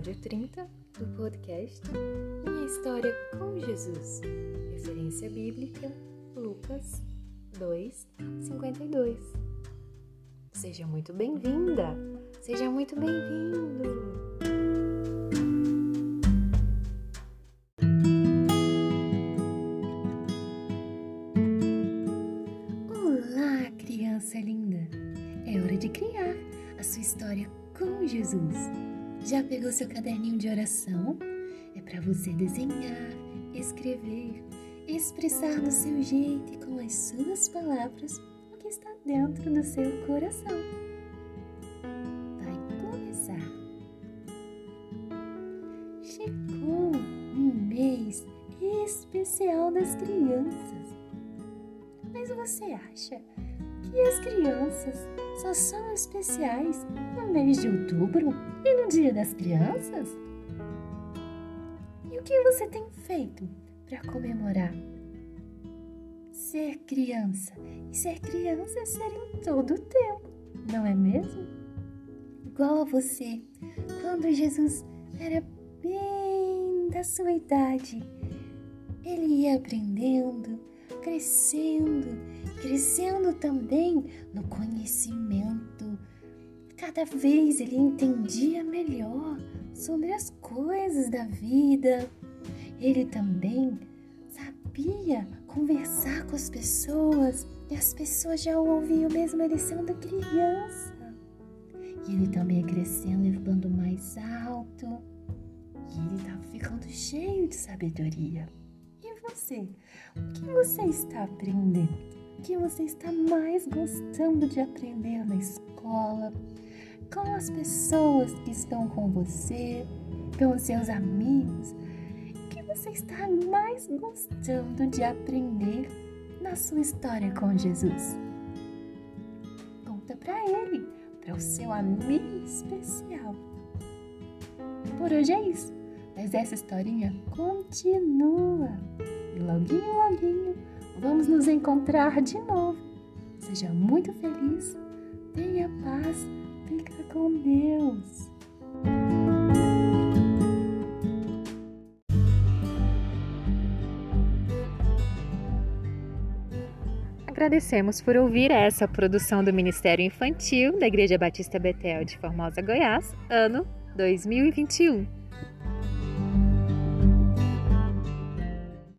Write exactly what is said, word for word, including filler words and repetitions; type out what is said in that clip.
episódio trinta do podcast Minha História com Jesus. Referência bíblica, Lucas dois, cinquenta e dois. Seja muito bem-vinda, seja muito bem-vindo. Olá, criança linda! É hora de criar a sua história com Jesus. Já pegou seu caderninho de oração? É para você desenhar, escrever, expressar do seu jeito e com as suas palavras o que está dentro do seu coração. Vai começar. Chegou um mês especial das crianças. Mas você acha que as crianças só são especiais no mês de outubro e no Dia das Crianças? E o que você tem feito para comemorar? Ser criança. E ser criança é ser em todo o tempo, não é mesmo? Igual a você, quando Jesus era bem da sua idade, ele ia aprendendo, crescendo, crescendo também no conhecimento. Cada vez ele entendia melhor sobre as coisas da vida. Ele também sabia conversar com as pessoas e as pessoas já o ouviam mesmo ele sendo criança. E ele também ia crescendo e ficando mais alto. E ele estava ficando cheio de sabedoria. E você? O que você está aprendendo? O que você está mais gostando de aprender na escola? Com as pessoas que estão com você, com os seus amigos? O que você está mais gostando de aprender na sua história com Jesus? Conta para ele, para o seu amigo especial. Por hoje é isso, mas essa historinha continua. E loguinho, loguinho, vamos nos encontrar de novo. Seja muito feliz, tenha paz, fica com Deus. Agradecemos por ouvir essa produção do Ministério Infantil da Igreja Batista Betel de Formosa, Goiás, ano dois mil e vinte e um.